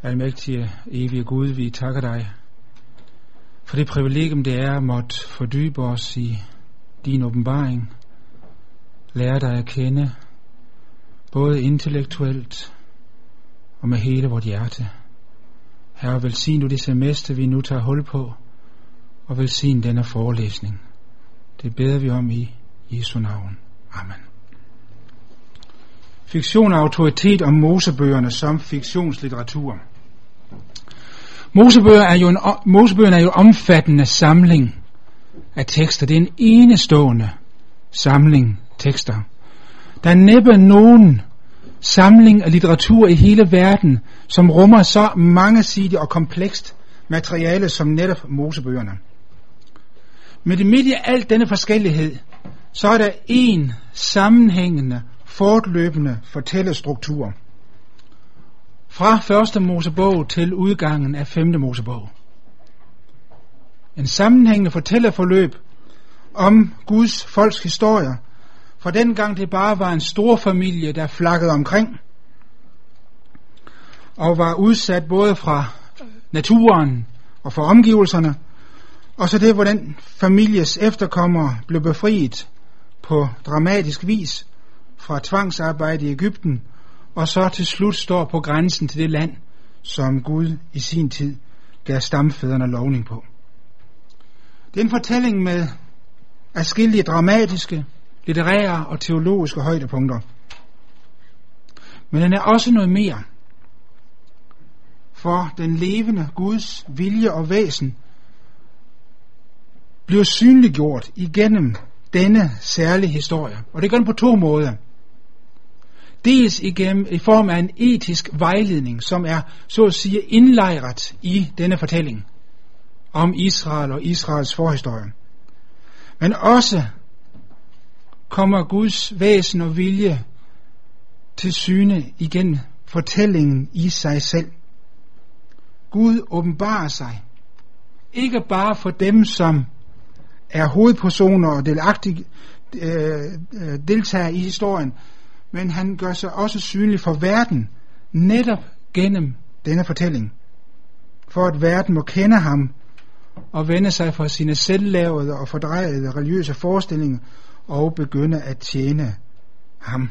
Almægtige, evige Gud, vi takker dig for det privilegium, det er at måtte fordybe os i din åbenbaring, lære dig at kende, både intellektuelt og med hele vort hjerte. Herre, velsign du det semester, vi nu tager hul på, og velsign denne forelæsning. Det beder vi om i Jesu navn. Amen. Fiktion og autoritet om Mosebøgerne som fiktionslitteratur. Mosebøgerne er jo en omfattende samling af tekster. Det er en enestående samling tekster. Der er næppe nogen samling af litteratur i hele verden, som rummer så mangesidigt og komplekst materiale som netop Mosebøgerne. Men midt i alt denne forskellighed, så er der en sammenhængende, fortløbende fortællestruktur. Fra første Mosebog til udgangen af 5. Mosebog. En sammenhængende fortælleforløb om Guds folks historier, fra dengang det bare var en stor familie, der flakkede omkring, og var udsat både fra naturen og fra omgivelserne, og så det, hvordan families efterkommere blev befriet på dramatisk vis fra tvangsarbejde i Egypten, og så til slut står på grænsen til det land, som Gud i sin tid gav stamfædrene lovning på. Det er en fortælling med adskillige dramatiske, litterære og teologiske højdepunkter. Men den er også noget mere. For den levende Guds vilje og væsen bliver synliggjort igennem denne særlige historie. Og det gør den på to måder. Dels i form af en etisk vejledning, som er, så at sige, indlejret i denne fortælling om Israel og Israels forhistorie. Men også kommer Guds væsen og vilje til syne igen fortællingen i sig selv. Gud åbenbarer sig ikke bare for dem, som er hovedpersoner og deltager i historien, men han gør sig også synlig for verden netop gennem denne fortælling, for at verden må kende ham og vende sig fra sine selvlavede og fordrejede religiøse forestillinger og begynde at tjene ham.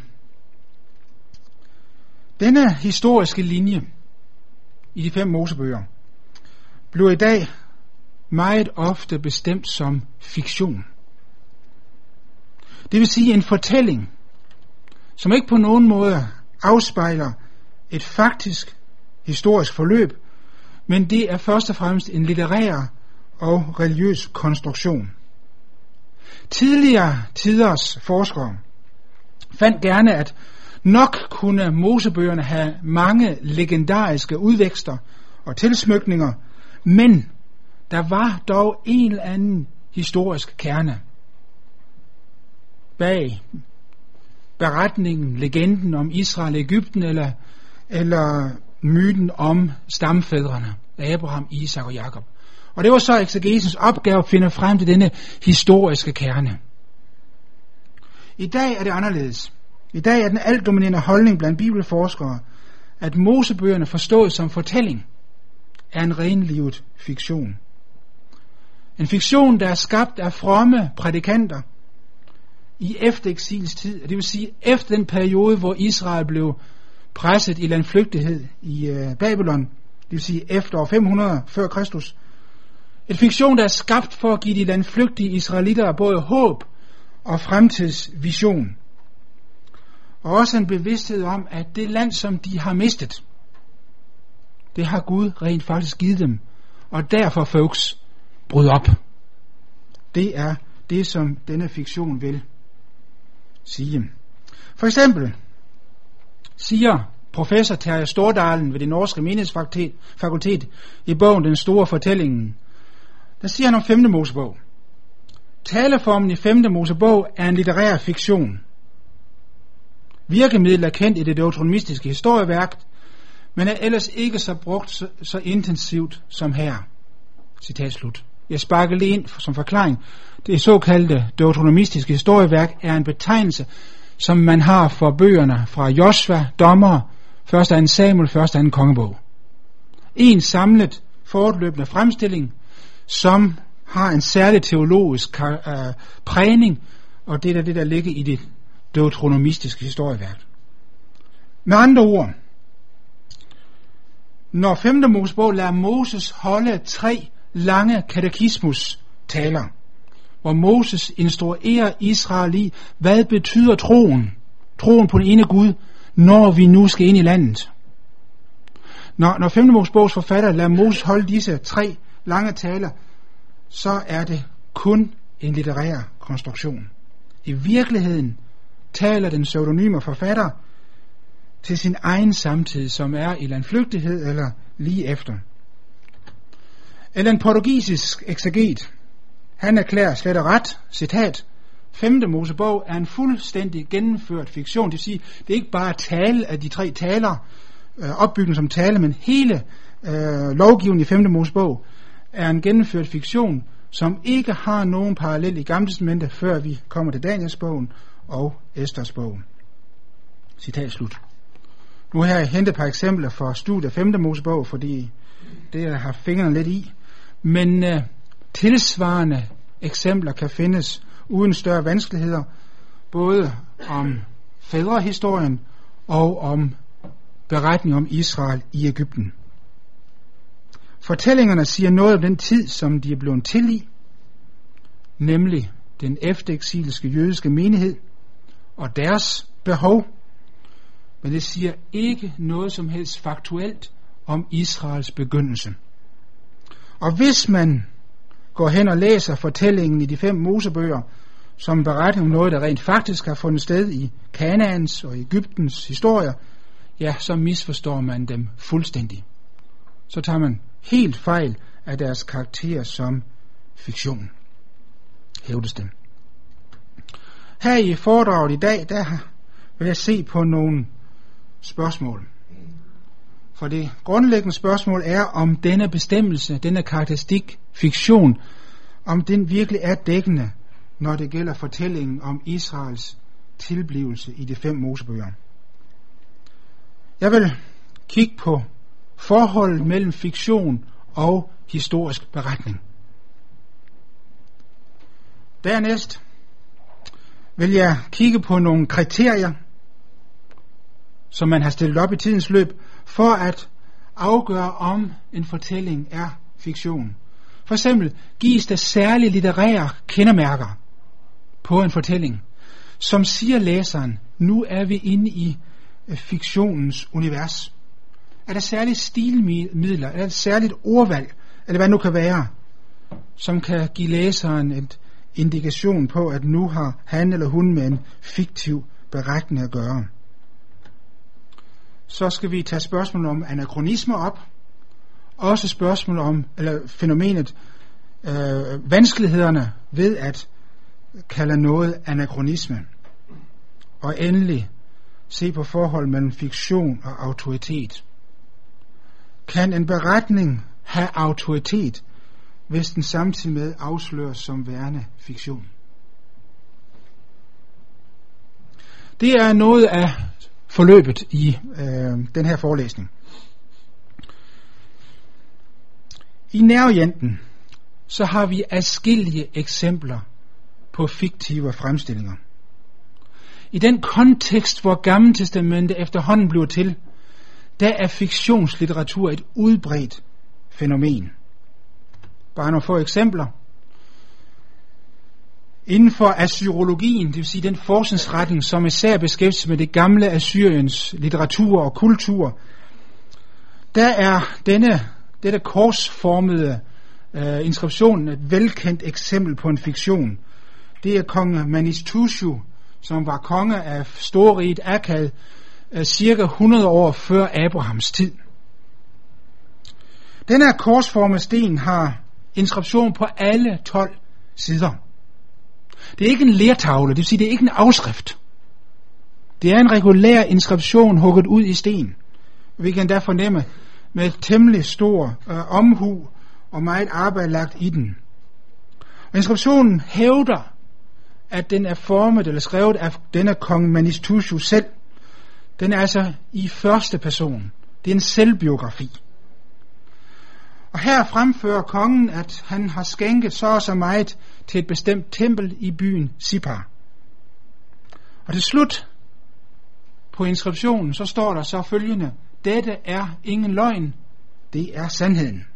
Denne historiske linje i de 5 Mosebøger bliver i dag meget ofte bestemt som fiktion. Det vil sige en fortælling, som ikke på nogen måde afspejler et faktisk historisk forløb, men det er først og fremmest en litterær og religiøs konstruktion. Tidligere tiders forskere fandt gerne, at nok kunne Mosebøgerne have mange legendariske udvækster og tilsmykninger, men der var dog en eller anden historisk kerne bag beretningen, legenden om Israel og Egypten, eller myten om stamfædrene, Abraham, Isak og Jakob. Og det var så eksegesens opgave at finde frem til denne historiske kerne. I dag er det anderledes. I dag er den altdominerende holdning blandt bibelforskere, at Mosebøgerne forstået som fortælling er en renlivet fiktion. En fiktion, der er skabt af fromme prædikanter i eftereksils tid, det vil sige efter den periode, hvor Israel blev presset i landflygtighed i Babylon, det vil sige efter år 500 før Kristus. En fiktion, der er skabt for at give de landflygtige israelitter både håb og fremtidsvision. Og også en bevidsthed om, at det land, som de har mistet, det har Gud rent faktisk givet dem. Og derfor, folks, bryd op. Det er det, som denne fiktion vil sige. For eksempel siger professor Terje Stordalen ved det norske menighedsfakultet i bogen Den Store Fortællingen, der siger han om 5. Mosebog. Taleformen i 5. Mosebog er en litterær fiktion. Virkemidlet er kendt i det deuteronomistiske historieværk, men er ellers ikke så brugt så intensivt som her. Citat slut. Jeg sparker lige ind som forklaring. Det såkaldte deuteronomistiske historieværk er en betegnelse, som man har for bøgerne fra Josva, Dommer, 1. og 2. Samuel, 1. og 2. kongebog. en samlet fortløbende fremstilling, som har en særlig teologisk prægning, og det er det, der ligger i det deuteronomistiske historieværk. Med andre ord, når 5. Mosebog lader Moses holde 3 lange katekismus-taler, hvor Moses instruerer Israel i, hvad betyder troen på den ene Gud, når vi nu skal ind i landet. Når 5. Mosebogs forfatter lader Moses holde disse 3 lange taler, så er det kun en litterær konstruktion. I virkeligheden taler den pseudonyme forfatter til sin egen samtid, som er i landflygtighed eller lige efter. Eller en portugisisk ekseget, han erklærer slet og ret, citat, 5. Mosebog er en fuldstændig gennemført fiktion. Det vil sige, det er ikke bare tale af de 3 taler, opbygning som tale, men hele lovgivningen i 5. Mosebog er en gennemført fiktion, som ikke har nogen parallel i Gamle Testamentet, før vi kommer til Danielsbogen og Esters bog. Citat slut. Nu har jeg hentet et par eksempler for studiet af 5. Mosebog, fordi det jeg har fingrene lidt i. Men tilsvarende eksempler kan findes uden større vanskeligheder, både om fædrehistorien og om beretning om Israel i Egypten. Fortællingerne siger noget om den tid, som de er blevet til i, nemlig den eftereksilske jødiske menighed og deres behov, men det siger ikke noget som helst faktuelt om Israels begyndelse. Og hvis man går hen og læser fortællingen i de 5 Mosebøger, som beretning om noget, der rent faktisk har fundet sted i Kanaans og Egyptens historier, ja, så misforstår man dem fuldstændig. Så tager man helt fejl af deres karakter som fiktion, hævdes det. Her i foredraget i dag, der vil jeg se på nogle spørgsmål. For det grundlæggende spørgsmål er, om denne bestemmelse, denne karakteristik, fiktion, om den virkelig er dækkende, når det gælder fortællingen om Israels tilblivelse i de 5 Mosebøger. Jeg vil kigge på forholdet mellem fiktion og historisk beretning. Dernæst vil jeg kigge på nogle kriterier, som man har stillet op i tidens løb, for at afgøre, om en fortælling er fiktion. For eksempel gives der særlige litterære kendermærker på en fortælling, som siger læseren, nu er vi inde i fiktionens univers. Er der særlige stilmidler, er der et særligt ordvalg, eller hvad nu kan være, som kan give læseren en indikation på, at nu har han eller hun med en fiktiv beretning at gøre. Så skal vi tage spørgsmål om anakronismer op, også spørgsmål om, eller fænomenet, vanskelighederne ved at kalde noget anakronisme. Og endelig se på forhold mellem fiktion og autoritet. Kan en beretning have autoritet, hvis den samtidig med afsløres som værende fiktion? Det er noget af forløbet i den her forelæsning. I Nervejenten så har vi adskillige eksempler på fiktive fremstillinger. I den kontekst, hvor Gamle Testamentet efterhånden bliver til, der er fiktionslitteratur et udbredt fænomen. Bare nogle få eksempler. Inden for assyrologien, det vil sige den forskningsretning, som især beskæftiger sig med det gamle Assyriens litteratur og kultur, der er dette korsformede inskription et velkendt eksempel på en fiktion. Det er kong Manishtushu, som var konge af storriget Akkad, cirka 100 år før Abrahams tid. Den her korsformede sten har inskription på alle 12 sider. Det er ikke en lertavle, det vil sige, det er ikke en afskrift. Det er en regulær inskription hugget ud i sten. Vi kan da fornemme med temmelig stor omhu og meget arbejde lagt i den. Og inskriptionen hævder, at den er formet eller skrevet af denne kong Manishtushu selv. Den er altså i første person. Det er en selvbiografi. Og her fremfører kongen, at han har skænket så og så meget til et bestemt tempel i byen Sippar. Og til slut på inskriptionen, så står der så følgende: dette er ingen løgn, det er sandheden.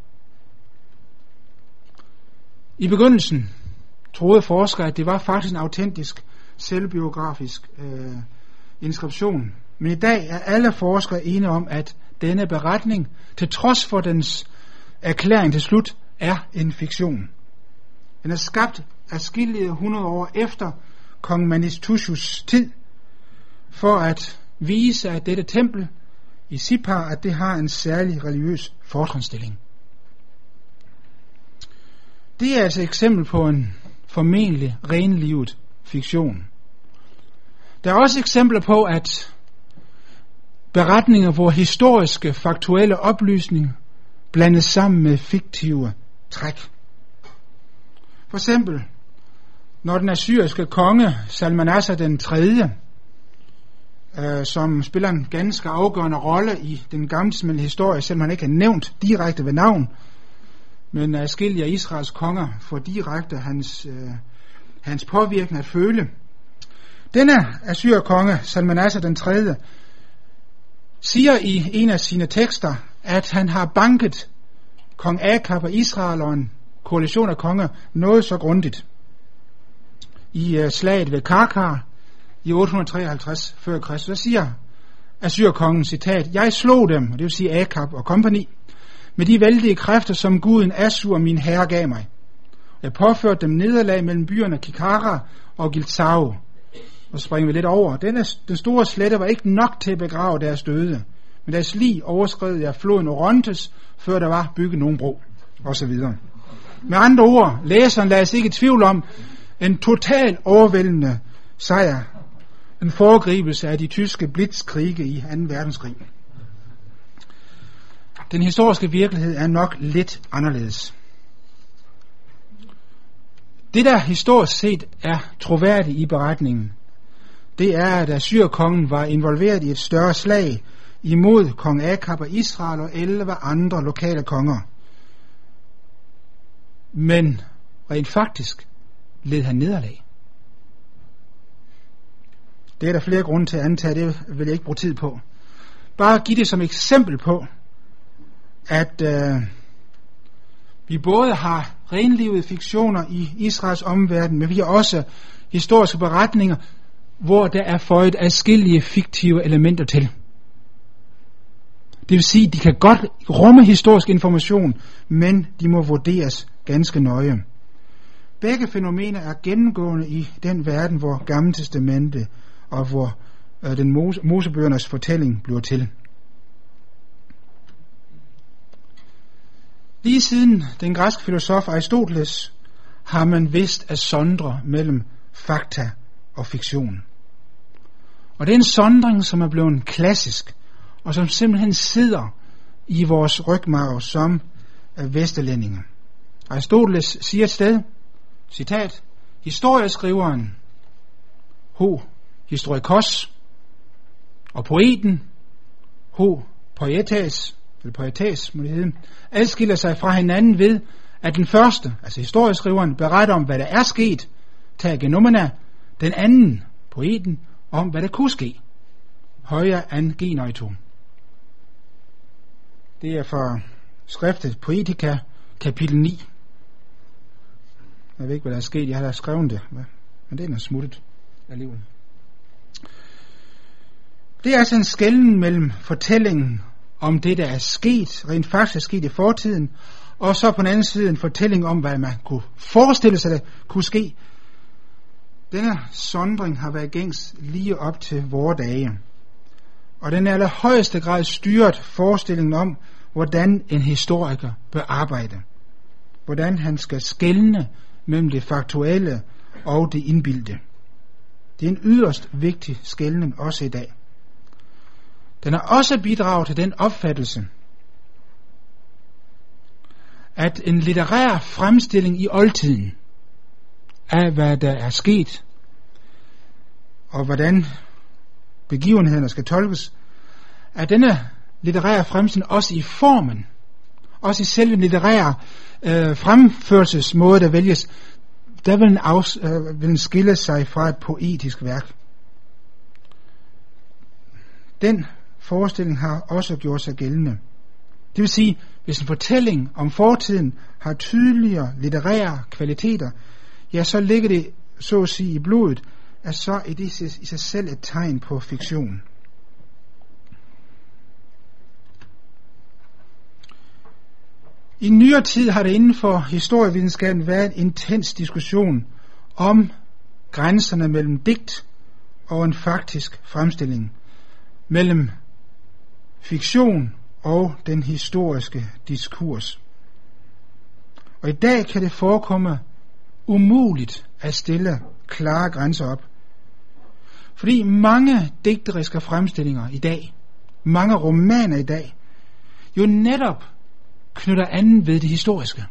I begyndelsen troede forskere, at det var faktisk en autentisk selvbiografisk inskription. Men i dag er alle forskere enige om, at denne beretning, til trods for dens erklæring til slut, er en fiktion. Den er skabt adskillige 100 år efter kong Manistusius' tid, for at vise, at dette tempel i Sippar, at det har en særlig religiøs fortrinsstilling. Det er altså et eksempel på en formentlig renlivet fiktion. Der er også eksempler på, at beretninger, hvor historiske, faktuelle oplysninger blandes sammen med fiktive træk. For eksempel, når den assyriske konge Salmanassar den 3., som spiller en ganske afgørende rolle i den gamle historie, selvom han ikke er nævnt direkte ved navn, men adskillige af Israels konger får direkte hans påvirkning at føle. Denne assyrerkonge, Salmanassar den 3., siger i en af sine tekster, at han har banket kong Akab og Israel og en koalition af konger noget så grundigt. I slaget ved Karkar i 853 før Kristus, så siger assyrerkongen, citat: jeg slog dem, og det vil sige Akab og kompagni, med de vældige kræfter, som guden Assur, min herre, gav mig. Jeg påførte dem nederlag mellem byerne Kikara og Gilzao. Og så springer vi lidt over. Den store slette var ikke nok til at begrave deres døde, men deres lig overskred jeg floden Orontes, før der var bygget nogen bro, og så videre. Med andre ord, læseren lader sig ikke i tvivl om en total overvældende sejr, en foregribelse af de tyske blitzkrige i 2. verdenskrig. Den historiske virkelighed er nok lidt anderledes. Det, der historisk set er troværdigt i beretningen, det er, at assyrerkongen var involveret i et større slag imod kong Akab og Israel og 11 andre lokale konger. Men rent faktisk led han nederlag. Det er der flere grunde til at antage, det vil jeg ikke bruge tid på. Bare give det som eksempel på, at vi både har renlivede fiktioner i Israels omverden, men vi har også historiske beretninger, hvor der er føjet adskillige fiktive elementer til. Det vil sige, at de kan godt rumme historisk information, men de må vurderes ganske nøje. Begge fænomener er gennemgående i den verden, hvor Gamle Testamente og hvor den Mosebøgernes fortælling bliver til. Lige siden den græske filosof Aristoteles har man vidst at sondre mellem fakta og fiktion. Og det er en sondring, som er blevet klassisk, og som simpelthen sidder i vores rygmarv som vesterlændinger. Aristoteles siger et sted, citat: historieskriveren, historikos, og poeten, poetes, eller poetes, må det hedde, adskiller sig fra hinanden ved, at den første, altså historieskriveren, beretter om, hvad der er sket, tager genomena, den anden, poeten, om hvad der kunne ske, højere an genoito. Det er fra skriftet Poetica, kapitel 9. Jeg ved ikke, hvad der er sket, jeg har da skrevet det, men det er smuttet alligevel. Det er altså en skelnen mellem fortællingen om det, der er sket, rent faktisk er sket i fortiden, og så på den anden side en fortælling om, hvad man kunne forestille sig, der kunne ske. Denne sondring har været gængs lige op til vore dage, og den er i allerhøjeste grad styret forestillingen om, hvordan en historiker bør arbejde, hvordan han skal skelne mellem det faktuelle og det indbildte. Det er en yderst vigtig skelnen også i dag. Den har også bidraget til den opfattelse, at en litterær fremstilling i oldtiden af, hvad der er sket, og hvordan begivenhederne skal tolkes, at denne litterære fremstilling også i formen også i selve litterære fremførelsesmåde, der vælges, der vil den skille sig fra et poetisk værk. Den forestilling har også gjort sig gældende. Det vil sige, hvis en fortælling om fortiden har tydeligere litterære kvaliteter, ja, så ligger det så at sige i blodet, at så er det i sig selv et tegn på fiktion. I nyere tid har det inden for historievidenskaben været en intens diskussion om grænserne mellem digt og en faktisk fremstilling, mellem fiktion og den historiske diskurs. Og i dag kan det forekomme umuligt at stille klare grænser op. Fordi mange digteriske fremstillinger i dag, mange romaner i dag, jo netop knytter an ved det historiske.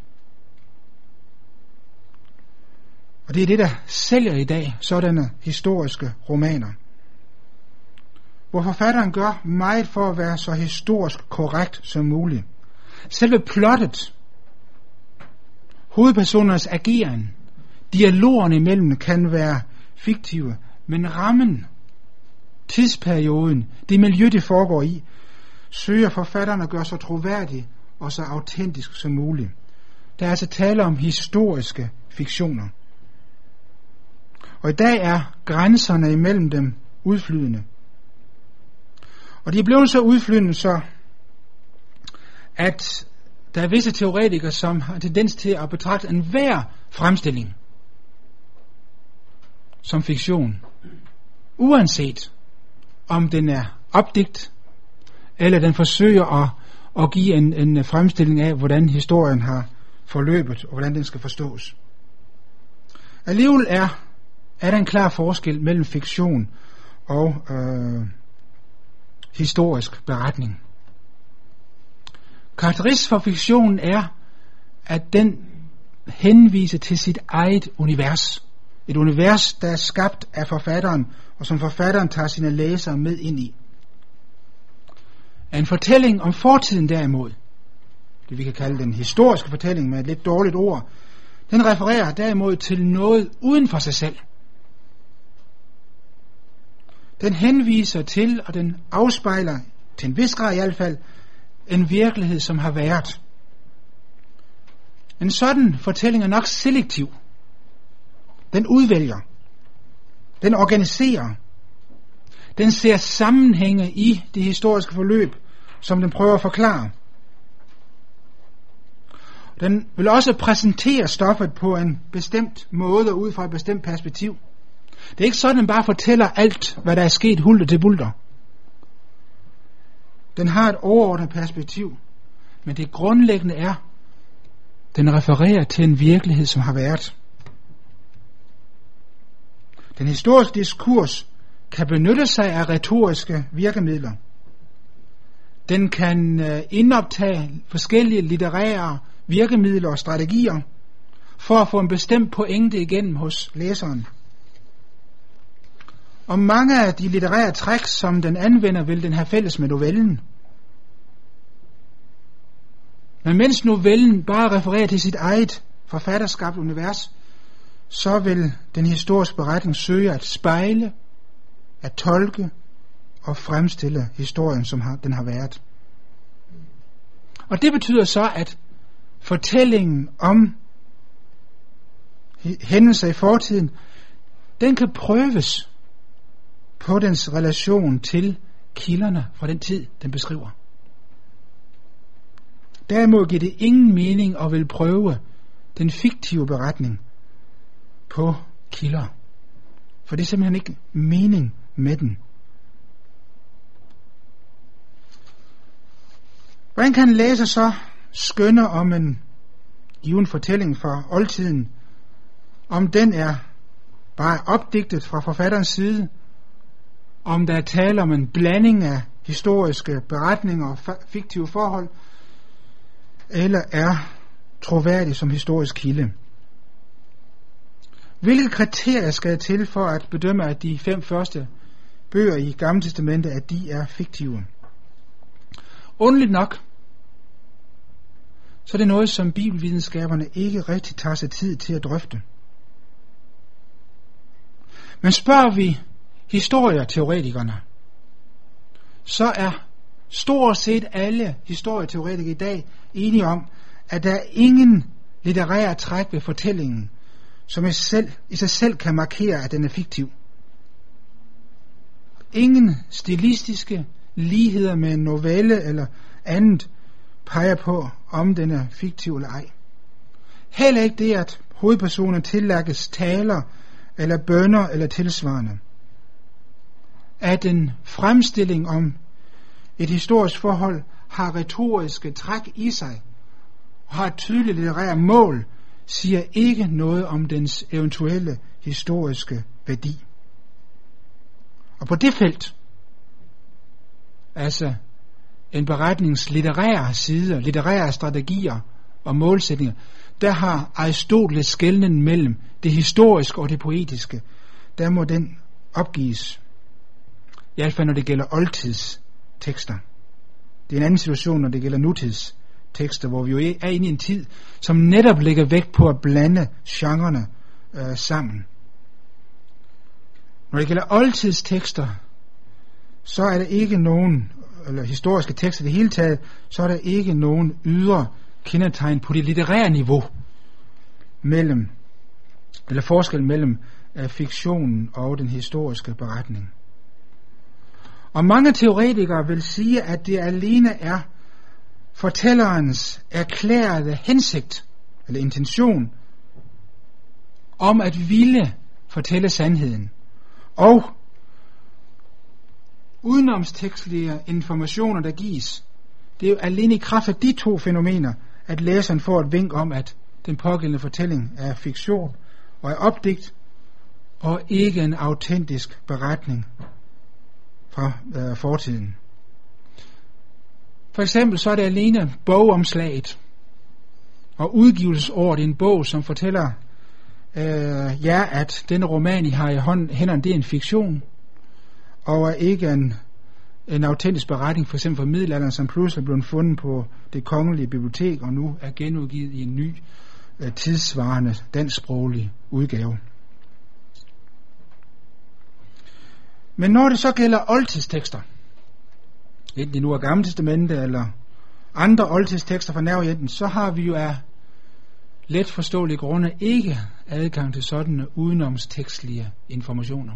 Og det er det, der sælger i dag sådanne historiske romaner. Hvor forfatteren gør meget for at være så historisk korrekt som muligt. Selve plottet, hovedpersonernes ageren, dialogerne imellem kan være fiktive, men rammen, tidsperioden, det miljø, det foregår i, søger forfatteren at gøre så troværdig og så autentisk som muligt. Der er altså tale om historiske fiktioner. Og i dag er grænserne imellem dem udflydende. Og de er blevet så udflydende, så at der er visse teoretikere, som har tendens til at betragte enhver fremstilling som fiktion, uanset om den er opdigt, eller den forsøger at give en fremstilling af, hvordan historien har forløbet, og hvordan den skal forstås. Alligevel er der en klar forskel mellem fiktion og historisk beretning. Karakteristisk for fiktionen er, at den henviser til sit eget univers. Et univers, der er skabt af forfatteren, og som forfatteren tager sine læsere med ind i. En fortælling om fortiden derimod, det vi kan kalde den historiske fortælling med et lidt dårligt ord, den refererer derimod til noget uden for sig selv. Den henviser til, og den afspejler, til en vis grad i hvert fald, en virkelighed, som har været. En sådan fortælling er nok selektiv. Den udvælger. Den organiserer. Den ser sammenhænge i det historiske forløb, som den prøver at forklare. Den vil også præsentere stoffet på en bestemt måde og ud fra et bestemt perspektiv. Det er ikke sådan, at den bare fortæller alt, hvad der er sket hulter til bulter. Den har et overordnet perspektiv, men det grundlæggende er, den refererer til en virkelighed, som har været. Den historiske diskurs kan benytte sig af retoriske virkemidler. Den kan indoptage forskellige litterære virkemidler og strategier for at få en bestemt pointe igennem hos læseren. Og mange af de litterære træk, som den anvender, vil den have fælles med novellen. Men mens novellen bare refererer til sit eget forfatterskabt univers, så vil den historiske beretning søge at spejle, at tolke og fremstille historien, som den har været. Og det betyder så, at fortællingen om hændelser i fortiden, den kan prøves på dens relation til kilderne fra den tid, den beskriver. Derimod giver det ingen mening at vil prøve den fiktive beretning på kilder. For det er simpelthen ikke mening med den. Hvordan kan en læser så skønne om en given fortælling fra oldtiden, om den er bare opdigtet fra forfatterens side, om der er tale om en blanding af historiske beretninger og fiktive forhold, eller er troværdig som historisk kilde? Hvilke kriterier skal til for at bedømme, at de 5 første bøger i Gamle Testamentet, at de er fiktive? Underligt nok, så er det noget, som bibelvidenskaberne ikke rigtig tager sig tid til at drøfte. Men spørger vi historieteoretikerne, så er stort set alle historieteoretikere i dag enige om, at der er ingen litterære træk ved fortællingen, som i sig selv kan markere, at den er fiktiv. Ingen stilistiske ligheder med en novelle eller andet peger på, om den er fiktiv eller ej. Heller ikke det, at hovedpersonen tillægges taler eller bønner eller tilsvarende. At en fremstilling om et historisk forhold har retoriske træk i sig og har et tydeligt litterært mål, siger ikke noget om dens eventuelle historiske værdi. Og på det felt, altså en beretnings litterære sider, litterære strategier og målsætninger, der har Aristoteles skelnen mellem det historiske og det poetiske. Der må den opgives. I hvert fald når det gælder oldtidstekster. Det er en anden situation, når det gælder nutidstekster, hvor vi jo er inde i en tid, som netop lægger vægt på at blande genrerne sammen. Når det gælder oldtidstekster, så er der ikke nogen, eller historiske tekster i det hele taget, så er der ikke nogen ydre kendetegn på det litterære niveau mellem, eller forskel mellem fiktionen og den historiske beretning. Og mange teoretikere vil sige, at det alene er fortællerens erklærede hensigt eller intention om at ville fortælle sandheden, og udenomstekstlige informationer, der gives. Det er jo alene i kraft af de to fænomener, at læseren får et vink om, at den pågældende fortælling er fiktion og er opdigt, og ikke en autentisk beretning fra fortiden. For eksempel så er det alene bogomslaget og udgivelsesåret i en bog, som fortæller jer, at denne roman, I har i hænderne, det er en fiktion, og er ikke en autentisk beretning, for eksempel fra middelalderen, som pludselig blev fundet på det kongelige bibliotek, og nu er genudgivet i en ny, tidssvarende, dansksproglig udgave. Men når det så gælder oldtidstekster, enten det nu er Gamle Testamente eller andre oldtidstekster fra Nærorienten, så har vi jo af let forståelige grunde ikke adgang til sådanne udenomstekstlige informationer.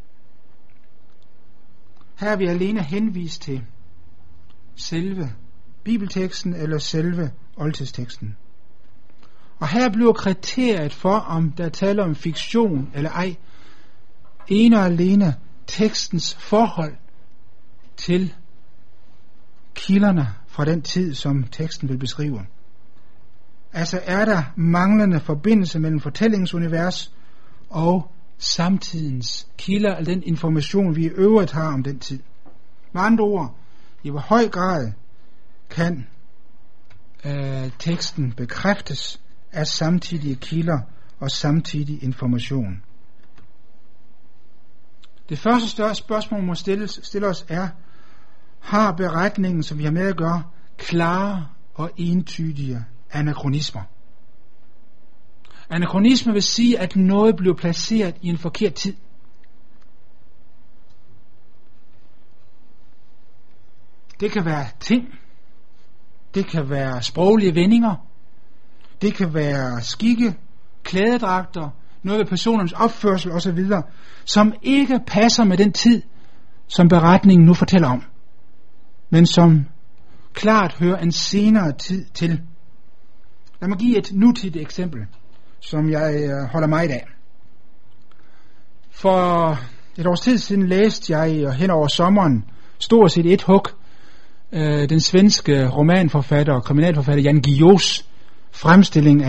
Her er vi alene henvist til selve bibelteksten eller selve oldtidsteksten. Og her bliver kriteriet for, om der taler om fiktion eller ej, ene og alene tekstens forhold til kilderne fra den tid, som teksten vil beskrive. Altså er der manglende forbindelse mellem fortællingsunivers og samtidens kilder, eller den information, vi i øvrigt har om den tid. Med andre ord, i hvor høj grad kan teksten bekræftes af samtidige kilder og samtidig information. Det første større spørgsmål, man må stille os er, har beretningen, som vi har med at gøre, klare og entydige anakronismer? Anakronisme vil sige, at noget bliver placeret i en forkert tid. Det kan være ting, det kan være sproglige vendinger, det kan være skikke, klædedragter, noget ved personens opførsel osv., som ikke passer med den tid, som beretningen nu fortæller om, men som klart hører en senere tid til. Lad mig give et nutidigt eksempel, som jeg holder meget af. For et års tid siden læste jeg hen over sommeren stort set et hug den svenske romanforfatter og kriminalforfatter Jan Guillous fremstilling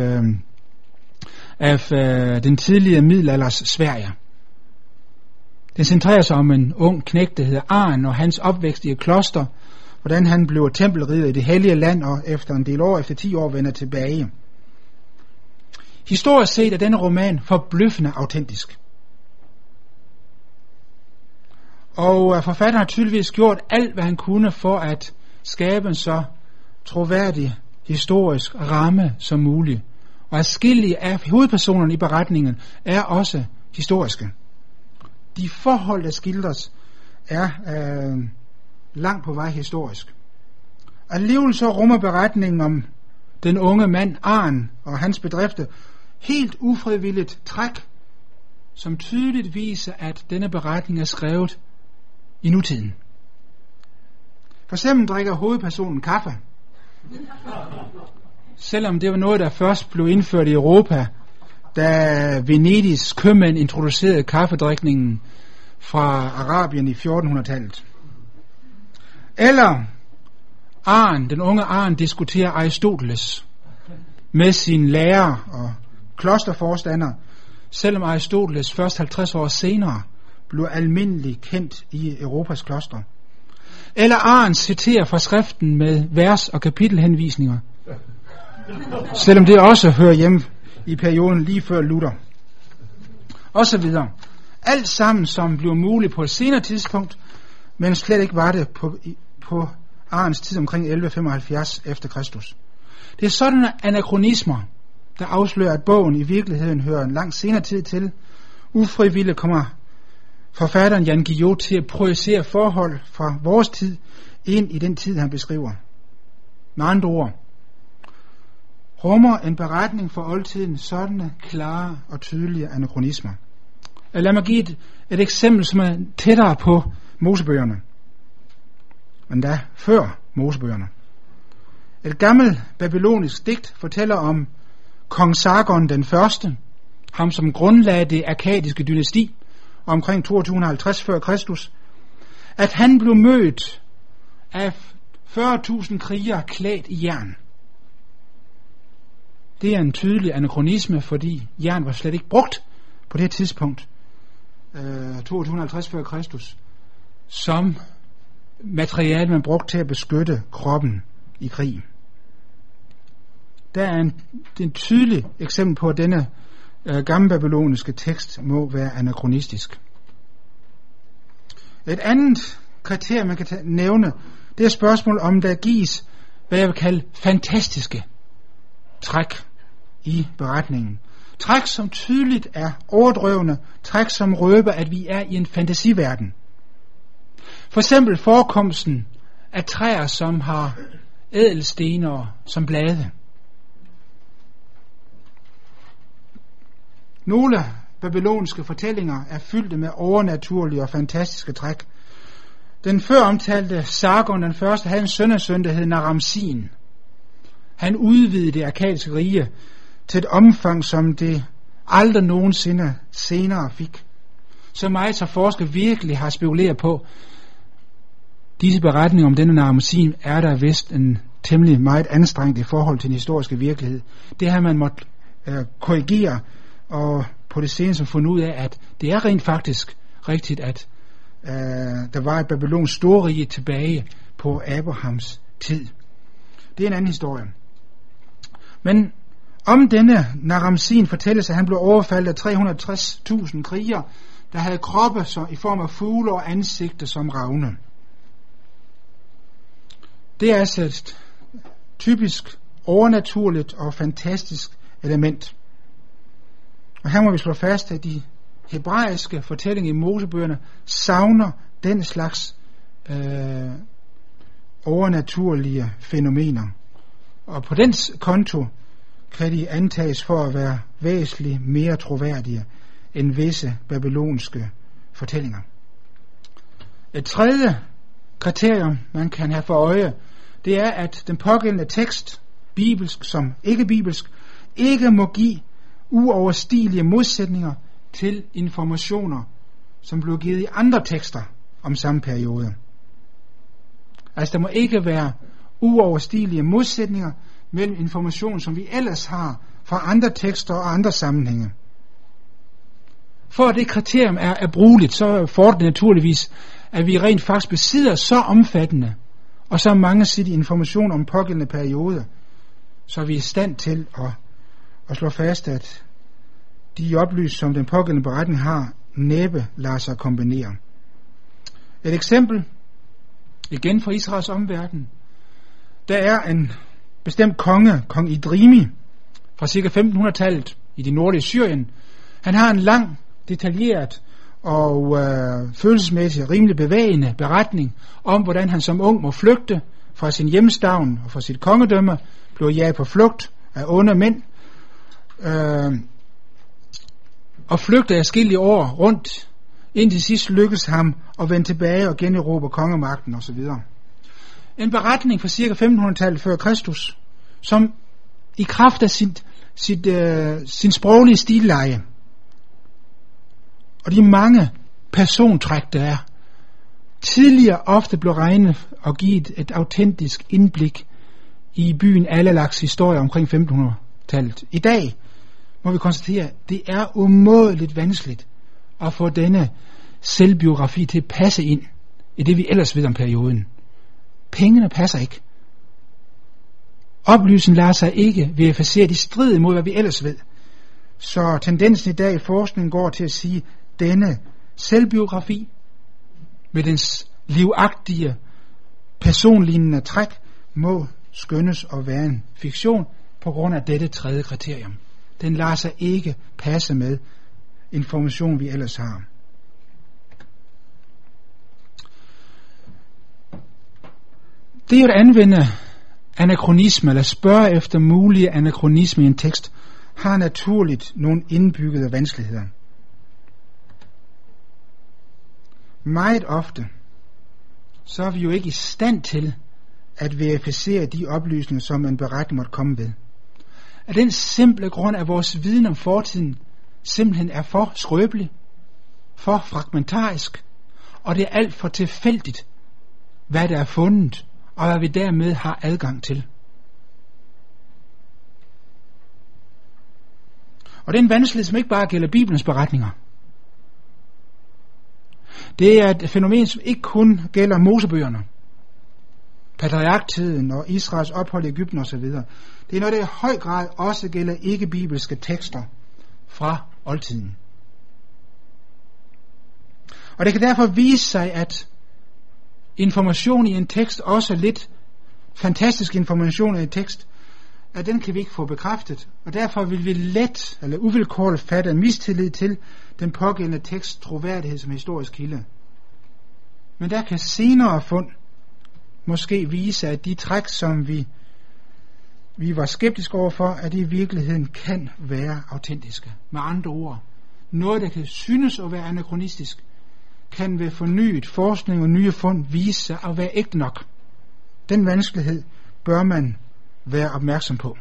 af den tidligere middelalders Sverige. Den centrerer sig om en ung knægt, der hedder Arn, og hans opvækst i et kloster, hvordan han blev tempelridder i det hellige land, og efter en del år, efter 10 år, vender tilbage. Historisk set er denne roman forbløffende autentisk. Og forfatteren har tydeligvis gjort alt, hvad han kunne for at skabe en så troværdig historisk ramme som muligt. Og adskillige af hovedpersonerne i beretningen er også historiske. De forhold, der skildres, er langt på vej historisk. Alligevel så rummer beretningen om den unge mand Arn og hans bedrifter helt ufrivilligt træk, som tydeligt viser, at denne beretning er skrevet i nutiden. For eksempel drikker hovedpersonen kaffe. Selvom det var noget, der først blev indført i Europa, da Venedigs købmænd introducerede kaffedrikningen fra Arabien i 1400-tallet. Eller den unge Arn diskuterer Aristoteles med sin lærer og klosterforstander, selvom Aristoteles først 50 år senere blev almindeligt kendt i Europas klostre. Eller Arn citerer fra skriften med vers- og kapitelhenvisninger, selvom det også hører hjemme i perioden lige før Luther. Og så videre. Alt sammen, som blev muligt på et senere tidspunkt, men slet ikke var det på Arns tid omkring 1175 efter Kristus. Det er sådanne anakronismer, der afslører, at bogen i virkeligheden hører en lang senere tid til. Ufrivilligt kommer forfatteren Jan Guillou til at projicere forhold fra vores tid ind i den tid, han beskriver. Med andre ord, rummer en beretning for oldtiden sådanne klare og tydelige anakronismer. Lad mig give et eksempel, som er tættere på Mosebøgerne, men da før Mosebøgerne. Et gammelt babylonisk digt fortæller om kong Sargon den første, ham som grundlagde det akkadiske dynasti omkring 2250 før Kristus, at han blev mødt af 40.000 krigere klædt i jern. Det er en tydelig anakronisme, fordi jern var slet ikke brugt på det tidspunkt, 2250 før Kristus, som materiale, man brugte til at beskytte kroppen i krig. Der er et tydeligt eksempel på, at denne gammelbabyloniske tekst må være anakronistisk. Et andet kriterie, man kan nævne, det er spørgsmål om, der gives, hvad jeg vil kalde fantastiske træk i beretningen. Træk, som tydeligt er overdrevne, træk, som røber, at vi er i en fantasiverden. For eksempel forekomsten af træer, som har ædelstener som blade. Nogle babylonske fortællinger er fyldte med overnaturlige og fantastiske træk. Den før omtalte Sargon den første havde en sønnesøn, der hed Naram-Sin. Han udvidede det akkadiske rige til et omfang, som det aldrig nogensinde senere fik. Så meget så forskere virkelig har spekuleret på, disse beretninger om denne Naram-Sin er der vist en temmelig meget anstrengt i forhold til den historiske virkelighed. Det har man måttet korrigere, og på det seneste fundet ud af, at det er rent faktisk rigtigt, at der var et babylonsk storrige tilbage på Abrahams tid. Det er en anden historie. Men om denne Naram-Sin fortælles, at han blev overfaldet af 360.000 krigere, der havde kroppe i form af fugle og ansigter som ravne. Det er altså et typisk overnaturligt og fantastisk element. Og her må vi slå fast, at de hebraiske fortællinger i Mosebøgerne savner den slags overnaturlige fænomener. Og på den konto kan de antages for at være væsentligt mere troværdige end visse babylonske fortællinger. Et tredje kriterium, man kan have for øje, det er, at den pågældende tekst, bibelsk som ikke-bibelsk, ikke må give uoverstigelige modsætninger til informationer, som blev givet i andre tekster om samme periode. Altså, der må ikke være uoverstigelige modsætninger mellem information, som vi ellers har fra andre tekster og andre sammenhænge. For at det kriterium er brugeligt, så fordrer det naturligvis, at vi rent faktisk besidder så omfattende og så mangesidig information om pågældende periode, så vi er i stand til at slå fast, at de oplysninger, som den pågældende beretning har, næppe lader sig kombinere. Et eksempel, igen fra Israels omverden. Der er en bestemt kong Idrimi, fra ca. 1500-tallet i det nordlige Syrien. Han har en lang, detaljeret og følelsesmæssigt rimelig bevægende beretning om, hvordan han som ung må flygte fra sin hjemstavn og fra sit kongedømme, bliver jaget på flugt af onde mænd, og flygter adskillige år rundt, indtil sidst lykkes ham at vende tilbage og generobre kongemagten osv. En beretning fra ca. 1500-tallet før Kristus, som i kraft af sin sproglige stilleje og de mange persontræk, der er, tidligere ofte blev regnet og givet et autentisk indblik i byen Allerlaks historie omkring 1500-tallet. I dag må vi konstatere, at det er umådeligt vanskeligt at få denne selvbiografi til at passe ind i det, vi ellers ved om perioden. Pengene passer ikke. Oplysen lader sig ikke verificeret i strid mod, hvad vi ellers ved. Så tendensen i dag i forskningen går til at sige, at denne selvbiografi med dens livagtige, personlignende træk må skønnes at være en fiktion på grund af dette tredje kriterium. Den lader sig ikke passe med information, vi ellers har. Det at anvende anakronisme, eller spørge efter mulige anakronisme i en tekst, har naturligt nogle indbyggede vanskeligheder. Meget ofte, så er vi jo ikke i stand til at verificere de oplysninger, som en beretning måtte komme ved. Af den simple grund, at vores viden om fortiden simpelthen er for skrøbelig, for fragmentarisk, og det er alt for tilfældigt, hvad der er fundet, og hvad vi dermed har adgang til. Og det er en vanskelighed, som ikke bare gælder Bibelens beretninger. Det er et fænomen, som ikke kun gælder Mosebøgerne, patriarktiden og Israels ophold i Egypten osv. Det er noget, der i høj grad også gælder ikke-bibelske tekster fra oldtiden. Og det kan derfor vise sig, at information i en tekst, også lidt fantastisk information i en tekst, at den kan vi ikke få bekræftet, og derfor vil vi let eller uvilkårligt fatte en mistillid til den pågældende tekst troværdighed som historisk kilde. Men der kan senere fund måske vise, at de træk, som vi var skeptiske overfor, at de i virkeligheden kan være autentiske. Med andre ord, noget der kan synes at være anakronistisk, kan ved fornyet forskning og nye fund vise sig at være ægte nok. Den vanskelighed bør man være opmærksom på.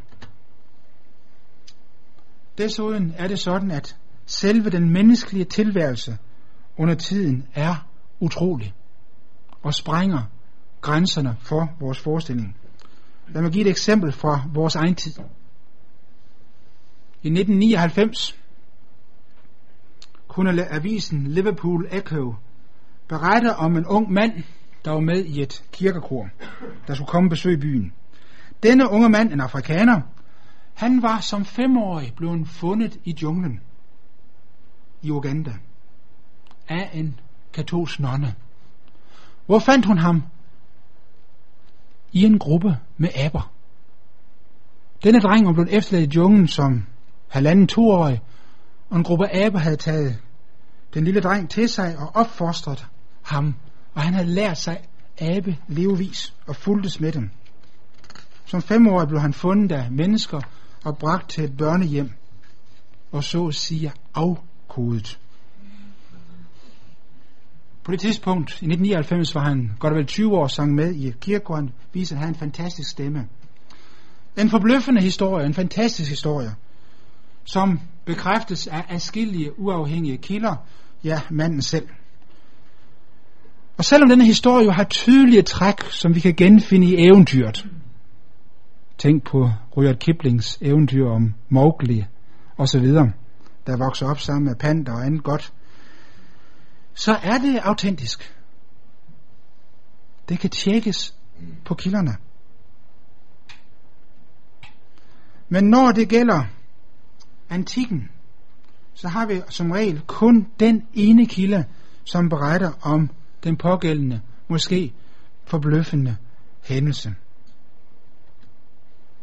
Desuden er det sådan, at selve den menneskelige tilværelse under tiden er utrolig og sprænger grænserne for vores forestilling. Lad mig give et eksempel fra vores egen tid. I 1999 kunne avisen Liverpool Echo berette om en ung mand, der var med i et kirkekor, der skulle komme og besøge byen. Denne unge mand, en afrikaner, han var som 5-årig blevet fundet i junglen i Uganda af en katolsk nonne. Hvor fandt hun ham? I en gruppe med aber. Denne dreng var blevet efterladt i junglen som 1,5-2-årig, og en gruppe aber havde taget den lille dreng til sig og opfostret ham, og han havde lært sig abe levevis og fulgtes med dem. Som 5-årig blev han fundet af mennesker og bragt til et børnehjem, og så at sige afkodet. På det tidspunkt, i 1999, var han godt og vel 20 år, sang med i et kirkekor. Han viser, at han har en fantastisk stemme. En forbløffende historie, en fantastisk historie, som bekræftes af adskillige uafhængige kilder, ja, manden selv. Og selvom denne historie jo har tydelige træk, som vi kan genfinde i eventyret, tænk på Rudyard Kiplings eventyr om Mowgli og så videre, der vokser op sammen med panter og andet godt, så er det autentisk. Det kan tjekkes på kilderne. Men når det gælder antikken, så har vi som regel kun den ene kilde, som beretter om den pågældende, måske forbløffende hændelse.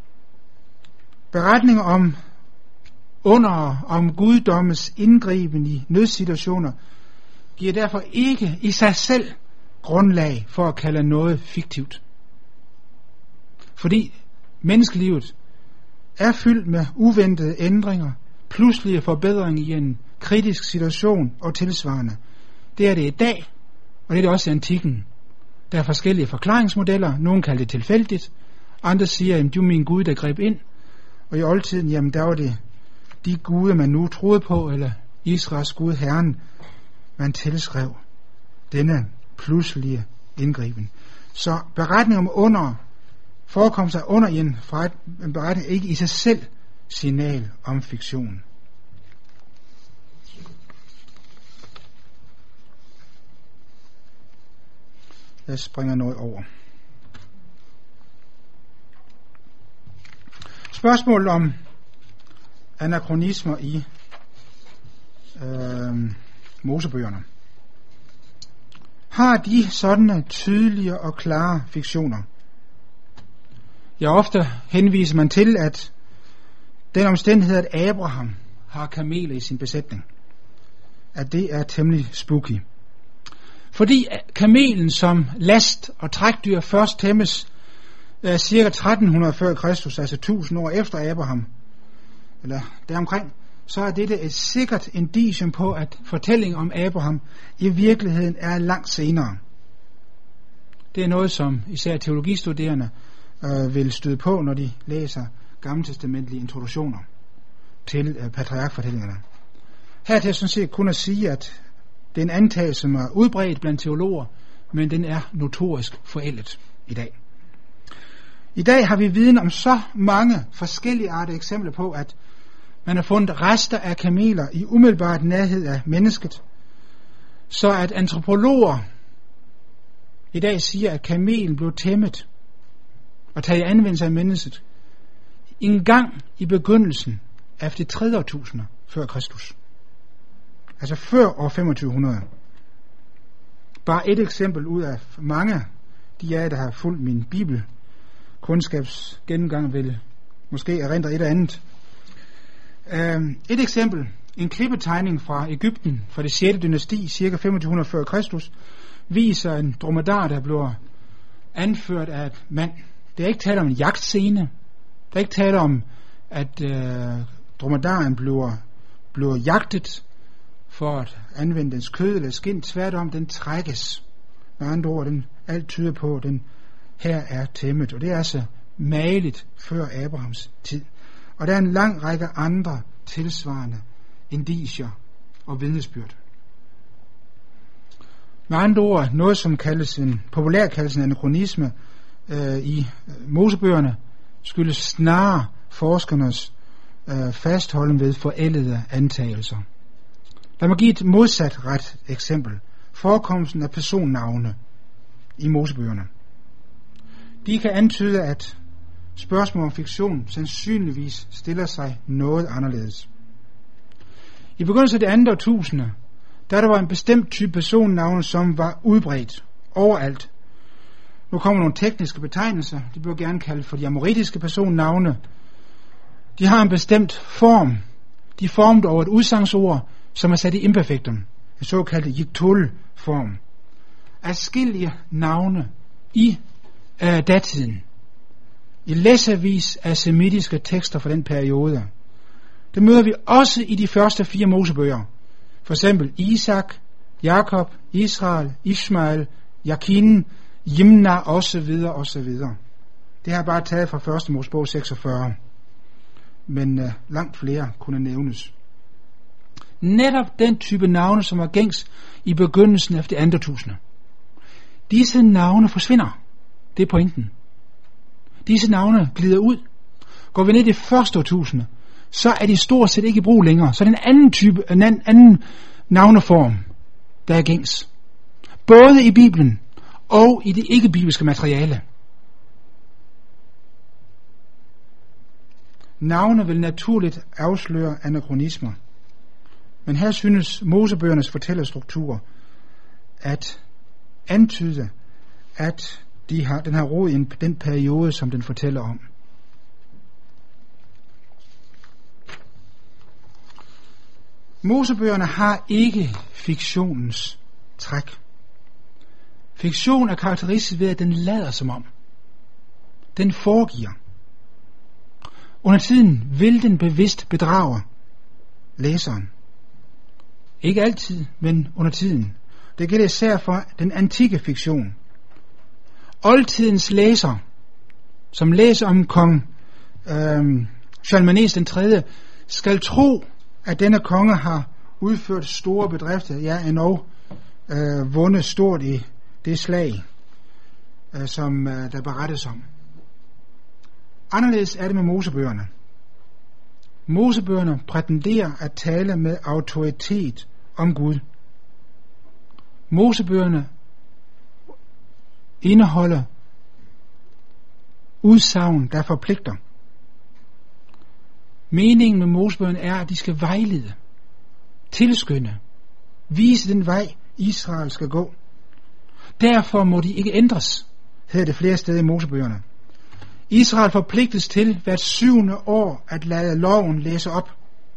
Beretninger om under om guddommens indgriben i nødsituationer giver derfor ikke i sig selv grundlag for at kalde noget fiktivt. Fordi menneskelivet er fyldt med uventede ændringer, pludselige forbedringer i en kritisk situation og tilsvarende. Det er det i dag, og det er det også i antikken. Der er forskellige forklaringsmodeller. Nogle kalder det tilfældigt, andre siger, at det var min Gud, der greb ind. Og i oldtiden, jamen der var det de guder, man nu troede på, eller Israels Gud, Herren, man tilskrev denne pludselige indgriben. Så beretning om under, forekomst af under i en beretning ikke i sig selv signal om fiktion. Jeg springer noget over. Spørgsmålet om anakronismer i Mosebøgerne. Har de sådanne tydelige og klare fiktioner? Ja, ofte henviser man til, at den omstændighed, at Abraham har kameler i sin besætning, at det er temmelig spooky. Fordi kamelen som last- og trækdyr først tæmmes cirka 1300 før Kristus, altså 1000 år efter Abraham, eller deromkring, så er dette et sikkert indicium på, at fortællingen om Abraham i virkeligheden er langt senere. Det er noget, som især teologistuderende vil støde på, når de læser gammeltestamentlige introduktioner til patriarkfortællingerne. Her til sådan set kun at sige, at det er en antagelse, som er udbredt blandt teologer, men den er notorisk forældet i dag. I dag har vi viden om så mange forskellige arter eksempler på, at man har fundet rester af kameler i umiddelbart nærhed af mennesket, så at antropologer i dag siger, at kamelen blev tæmmet og taget i anvendelse af mennesket en gang i begyndelsen af det 3. årtusinder før Kristus. Altså før år 2500. Bare et eksempel ud af mange, de af der har fulgt min bibelkundskabsgennemgang, vil måske erindre et eller andet. Et eksempel, en klippetegning fra Egypten fra det 6. dynasti, ca. 2500 før Kristus, viser en dromedar, der bliver anført af et mand. Det er ikke tale om en jagtscene. Der er ikke tale om, at dromedaren bliver jagtet for at anvende dens kød eller skind. Tværtom, den trækkes. Med andre ord, alt tyder på, at den her er tæmmet. Og det er altså mageligt før Abrahams tid. Og der er en lang række andre tilsvarende indicier og vidnesbyrd. Med andre ord, noget som kaldes en populær kaldes en anakronisme i Mosebøgerne, skyldes snarere forskernes fastholden ved forældede antagelser. Lad mig give et modsat ret eksempel. Forekomsten af personnavne i Mosebøgerne. De kan antyde, at spørgsmål om fiktion sandsynligvis stiller sig noget anderledes. I begyndelsen af det 2. årtusinde, der var en bestemt type personnavne, som var udbredt overalt. Nu kommer nogle tekniske betegnelser. De bliver gerne kaldt for de amoritiske personnavne. De har en bestemt form. De er formet over et udsagnsord, som er sat i imperfektum. En såkaldt jiktul-form. Adskillige navne i datiden. I læsservis af semitiske tekster fra den periode. Det møder vi også i de første 4 Mosebøger. For eksempel Isak, Jakob, Israel, Ishmael, Jakin, Jimna osv. osv. Det har jeg bare taget fra 1. Mosebog 46. Men langt flere kunne nævnes. Netop den type navne, som var gængs i begyndelsen af det 2. årtusinde. Disse navne forsvinder. Det er pointen. Disse navne glider ud. Går vi ned i det 1. årtusinde, så er de stort set ikke i brug længere. Så er det en anden navneform, der er gængs. Både i Bibelen og i det ikke-bibelske materiale. Navne vil naturligt afsløre anakronismer. Men her synes Mosebøgernes fortællerstruktur at antyde, at den har rod i den periode, som den fortæller om. Mosebøgerne har ikke fiktionens træk. Fiktion er karakteristisk ved, at den lader som om. Den foregiver. Under tiden vil den bevidst bedrage læseren. Ikke altid, men under tiden. Det gælder især for den antikke fiktion. Oldtidens læser, som læser om kong Shalmanes den 3., skal tro, at denne konge har udført store bedrifter, ja, endog vundet stort i det slag, som der berettes om. Anderledes er det med Mosebøgerne. Mosebøgerne prætenderer at tale med autoritet om Gud. Mosebøgerne indeholder udsagn, der forpligter. Meningen med Mosebøgerne er, at de skal vejlede, tilskynde, vise den vej, Israel skal gå. Derfor må de ikke ændres, hedder det flere steder i Mosebøgerne. Israel forpligtes til hvert 7. år at lade loven læse op.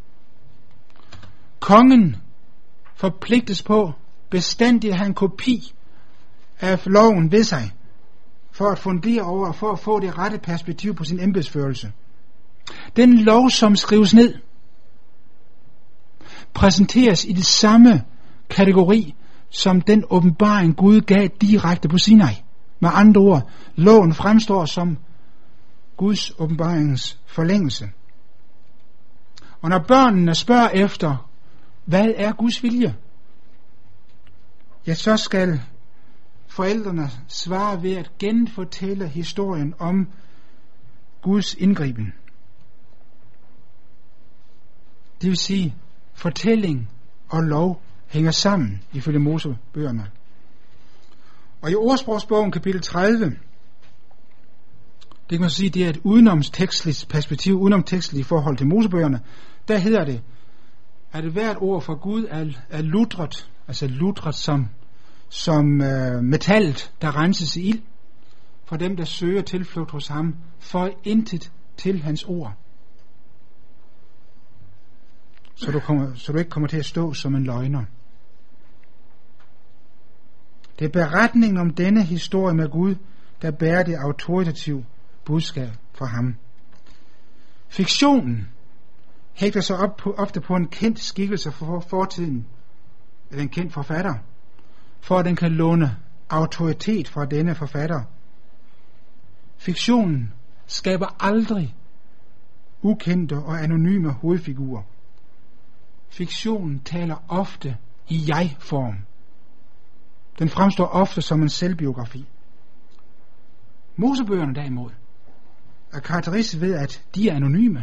Kongen forpligtes på bestandigt at have en kopi af loven ved sig, for at fundere over og for at få det rette perspektiv på sin embedsførelse. Den lov, som skrives ned, præsenteres i det samme kategori som den åbenbaring Gud gav direkte på Sinai. Med andre ord, loven fremstår som Guds åbenbaringens forlængelse. Og når børnene spørger efter, hvad er Guds vilje? Ja, så skal forældrene svare ved at genfortælle historien om Guds indgriben. Det vil sige, fortælling og lov hænger sammen ifølge Mosebøgerne. Og i Ordsprogsbogen kapitel 30, det kan man sige, det er et udenomstekstligt perspektiv, udenomstekstligt i forhold til Mosebøgerne. Der hedder det, at hvert ord fra Gud er lutret, altså lutret som metallet, der renses i ild, for dem, der søger tilflugt hos ham, for intet til hans ord. Så du ikke kommer til at stå som en løgner. Det er beretningen om denne historie med Gud, der bærer det autoritative budskab fra ham. Fiktionen hægter sig ofte på en kendt skikkelse for fortiden, eller en kendt forfatter, for at den kan låne autoritet fra denne forfatter. Fiktionen skaber aldrig ukendte og anonyme hovedfigurer. Fiktionen taler ofte i jeg-form. Den fremstår ofte som en selvbiografi. Mosebøgerne derimod er karakteristisk ved, at de er anonyme.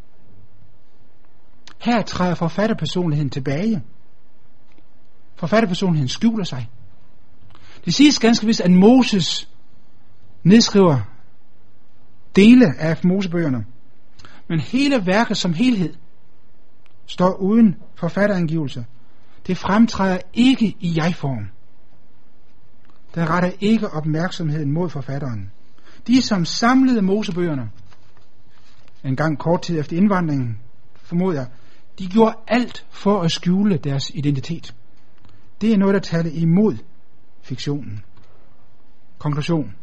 Her træder forfatterpersonligheden tilbage. Forfatterpersonligheden skjuler sig. Det siges ganske vist, at Moses nedskriver dele af Mosebøgerne, men hele værket som helhed står uden forfatterangivelse. Det fremtræder ikke i jeg-form. Den retter ikke opmærksomheden mod forfatteren. De, som samlede Mosebøgerne en gang kort tid efter indvandringen, formoder, de gjorde alt for at skjule deres identitet. Det er noget, der taler imod fiktionen. Konklusion.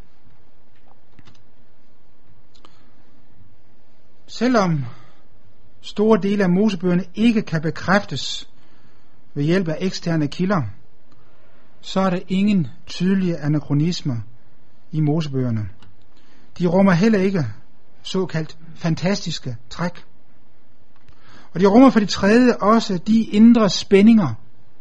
Selvom store dele af Mosebøgerne ikke kan bekræftes ved hjælp af eksterne kilder, så er der ingen tydelige anakronismer i Mosebøgerne. De rummer heller ikke såkaldt fantastiske træk. Og de rummer for det tredje også de indre spændinger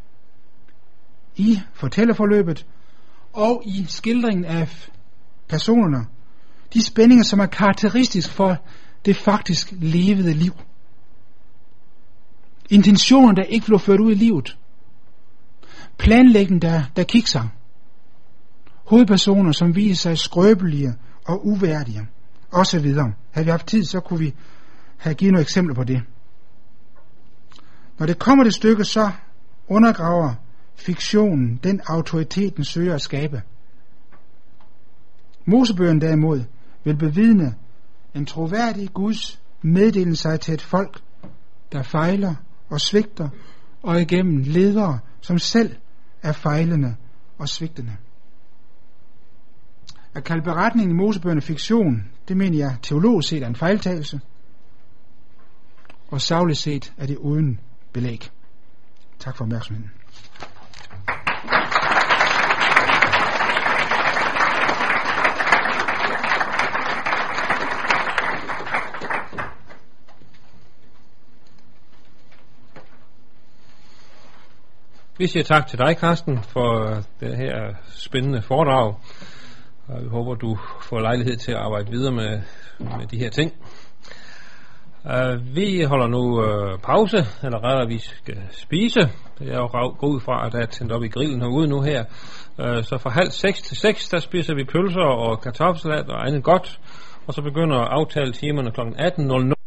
i fortællerforløbet og i skildringen af personerne. De spændinger, som er karakteristisk for det faktisk levede liv. Intentioner, der ikke blev ført ud i livet. Planlægning, der kikser. Hovedpersoner, som viser sig skrøbelige og uværdige, og så videre. Havde vi haft tid, så kunne vi have givet nogle eksempler på det. Når det kommer til stykket, så undergraver fiktionen den autoritet, den søger at skabe. Mosebøgerne derimod vil bevidne en troværdig Guds meddelelse sig til et folk, der fejler og svigter og igennem ledere, som selv er fejlende og svigtende. At kalde beretningen i Mosebøgerne fiktion, det mener jeg teologisk set er en fejltagelse, og sagligt set er det uden belæg. Tak for opmærksomheden. Vi siger tak til dig, Carsten, for det her spændende foredrag. Og jeg håber, du får lejlighed til at arbejde videre med de her ting. Vi holder nu pause, eller rettere, vi skal spise. Det er jo gå ud fra, at der er tændt op i grillen herude nu her. Så fra 5:30 til 6, der spiser vi pølser og kartoffelsalat og andet godt. Og så begynder aftaletimerne kl. 18:00.